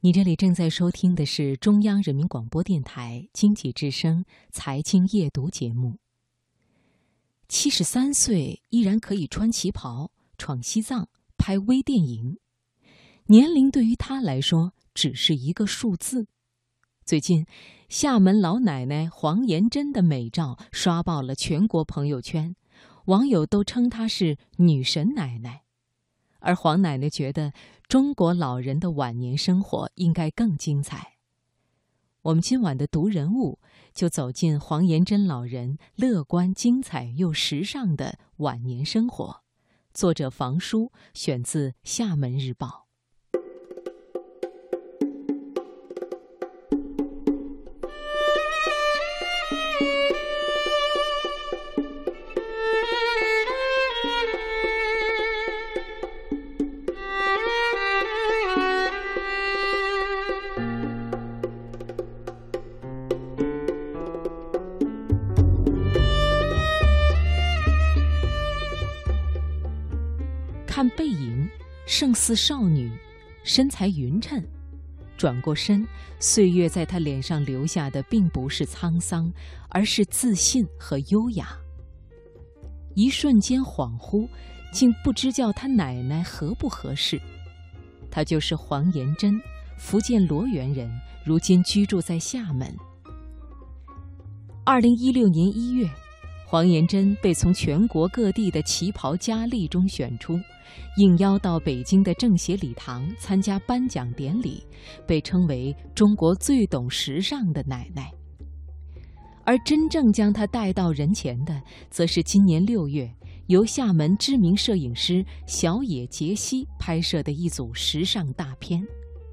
你这里正在收听的是中央人民广播电台经济之声财经夜读节目。73岁依然可以穿旗袍、闯西藏、拍微电影，年龄对于他来说只是一个数字。最近，厦门老奶奶黄延珍的美照刷爆了全国朋友圈，网友都称她是女神奶奶。而黄奶奶觉得中国老人的晚年生活应该更精彩。我们今晚的读人物就走进黄延珍老人乐观、精彩又时尚的晚年生活。作者房书，选自《厦门日报》。看背影，胜似少女，身材匀称。转过身，岁月在她脸上留下的并不是沧桑，而是自信和优雅。一瞬间恍惚，竟不知叫她奶奶合不合适。她就是黄延珍，福建罗源人，如今居住在厦门。2016年1月，黄延珍被从全国各地的旗袍佳丽中选出，应邀到北京的政协礼堂参加颁奖典礼，被称为中国最懂时尚的奶奶。而真正将她带到人前的，则是今年6月由厦门知名摄影师小野杰西拍摄的一组时尚大片。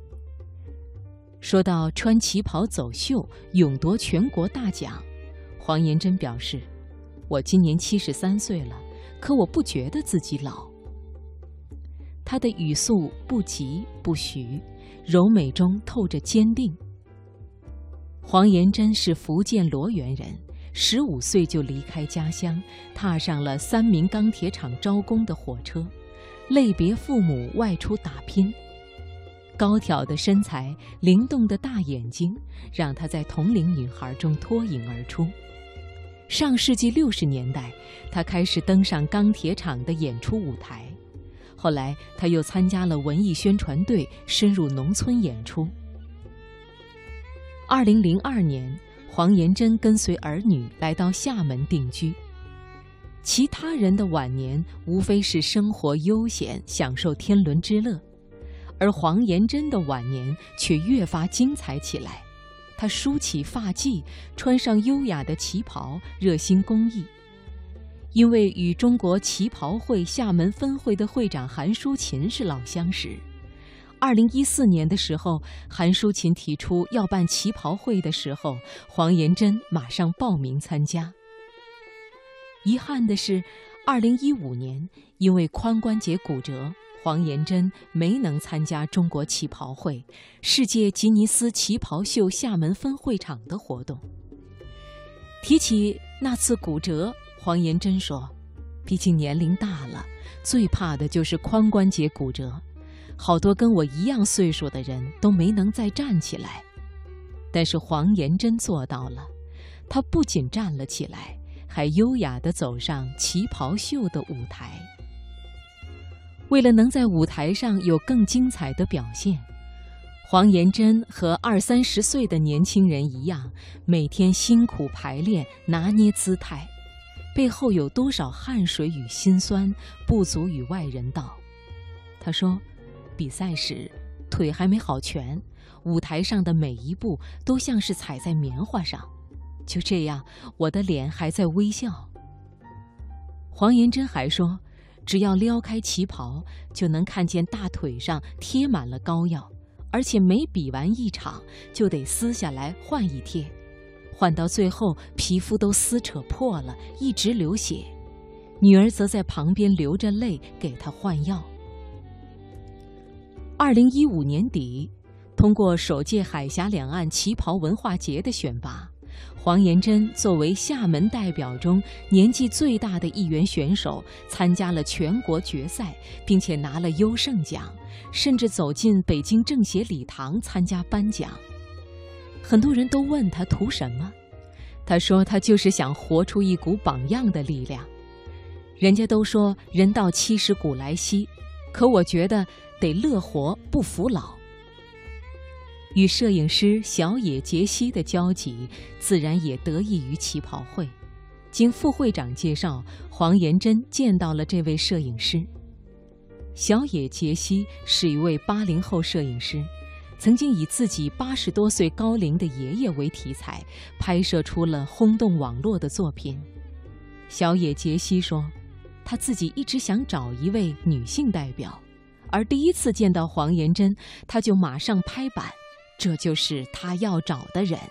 说到穿旗袍走秀勇夺全国大奖，黄延珍表示，我今年73岁了，可我不觉得自己老。她的语速不急不徐，柔美中透着坚定。黄延珍是福建罗源人，15岁就离开家乡，踏上了三明钢铁厂招工的火车，泪别父母外出打拼。高挑的身材，灵动的大眼睛，让她在同龄女孩中脱颖而出。上世纪60年代，她开始登上钢铁厂的演出舞台。后来，她又参加了文艺宣传队，深入农村演出。2002年，黄延珍跟随儿女来到厦门定居。其他人的晚年无非是生活悠闲，享受天伦之乐，而黄延珍的晚年却越发精彩起来。她梳起发髻，穿上优雅的旗袍，热心公益。因为与中国旗袍会厦门分会的会长韩淑琴是老相识，2014年的时候，韩淑琴提出要办旗袍会的时候，黄延珍马上报名参加。遗憾的是，2015年因为髋关节骨折，黄延珍没能参加中国旗袍会世界吉尼斯旗袍秀厦门分会场的活动。提起那次骨折，黄延珍说，毕竟年龄大了，最怕的就是髋关节骨折，好多跟我一样岁数的人都没能再站起来。但是黄延珍做到了，她不仅站了起来，还优雅地走上旗袍秀的舞台。为了能在舞台上有更精彩的表现，黄延珍和20-30岁的年轻人一样，每天辛苦排练，拿捏姿态，背后有多少汗水与辛酸，不足与外人道。他说，比赛时腿还没好全，舞台上的每一步都像是踩在棉花上，就这样，我的脸还在微笑。黄延珍还说，只要撩开旗袍，就能看见大腿上贴满了膏药，而且每比完一场就得撕下来换一贴，换到最后皮肤都撕扯破了，一直流血。女儿则在旁边流着泪给她换药。2015年底，通过首届海峡两岸旗袍文化节的选拔， 黄妍珍作为厦门代表中年纪最大的一员选手，参加了全国决赛，并且拿了优胜奖，甚至走进北京政协礼堂参加颁奖。很多人都问他图什么，他说他就是想活出一股榜样的力量。人家都说人到70古来稀，可我觉得得乐活不服老。与摄影师小野杰西的交集，自然也得益于旗袍会。经副会长介绍，黄妍珍见到了这位摄影师。小野杰西是一位80后摄影师，曾经以自己80多岁高龄的爷爷为题材，拍摄出了轰动网络的作品。小野杰西说，他自己一直想找一位女性代表，而第一次见到黄妍珍，他就马上拍板，这就是他要找的人。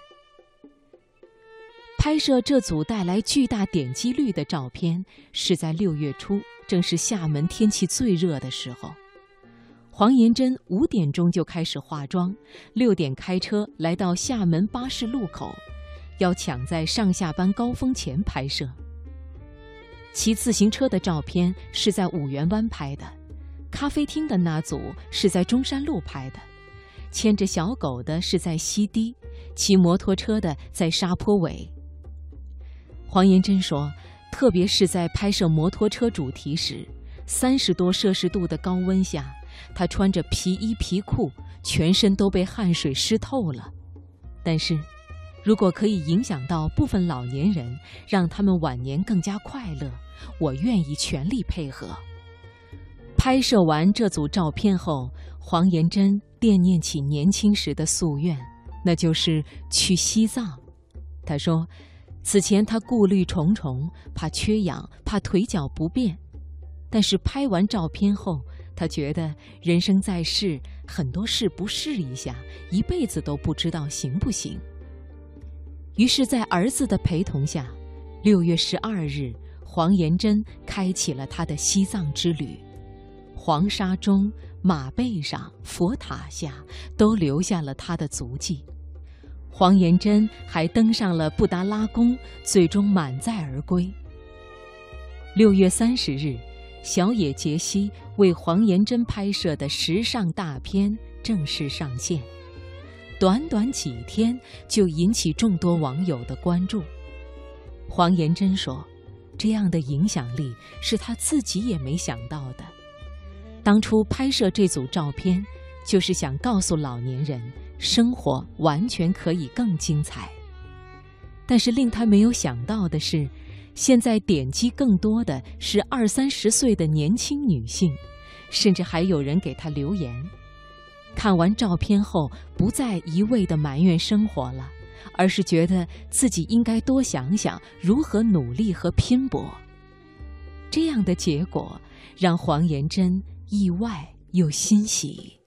拍摄这组带来巨大点击率的照片，是在6月初，正是厦门天气最热的时候。黄妍珍5点钟就开始化妆，6点开车来到厦门巴士路口，要抢在上下班高峰前拍摄。骑自行车的照片是在五缘湾拍的，咖啡厅的那组是在中山路拍的，牵着小狗的是在西堤，骑摩托车的在沙坡尾。黄妍珍说，特别是在拍摄摩托车主题时，30多摄氏度的高温下，她穿着皮衣皮裤，全身都被汗水湿透了。但是如果可以影响到部分老年人，让他们晚年更加快乐，我愿意全力配合。拍摄完这组照片后，黄妍珍惦念起年轻时的夙愿，那就是去西藏。她说，此前她顾虑重重，怕缺氧，怕腿脚不便。但是拍完照片后，她觉得人生在世，很多事不试一下，一辈子都不知道行不行。于是在儿子的陪同下，6月12日，黄妍珍开启了她的西藏之旅。黄沙中、马背上、佛塔下，都留下了她的足迹。黄妍珍还登上了布达拉宫，最终满载而归。6月30日，小野杰西为黄妍珍拍摄的时尚大片正式上线。短短几天就引起众多网友的关注。黄妍珍说，这样的影响力是她自己也没想到的。当初拍摄这组照片，就是想告诉老年人，生活完全可以更精彩。但是令她没有想到的是，现在点击更多的是20-30岁的年轻女性，甚至还有人给她留言。看完照片后，不再一味地埋怨生活了，而是觉得自己应该多想想如何努力和拼搏。这样的结果让黄妍珍意外又欣喜。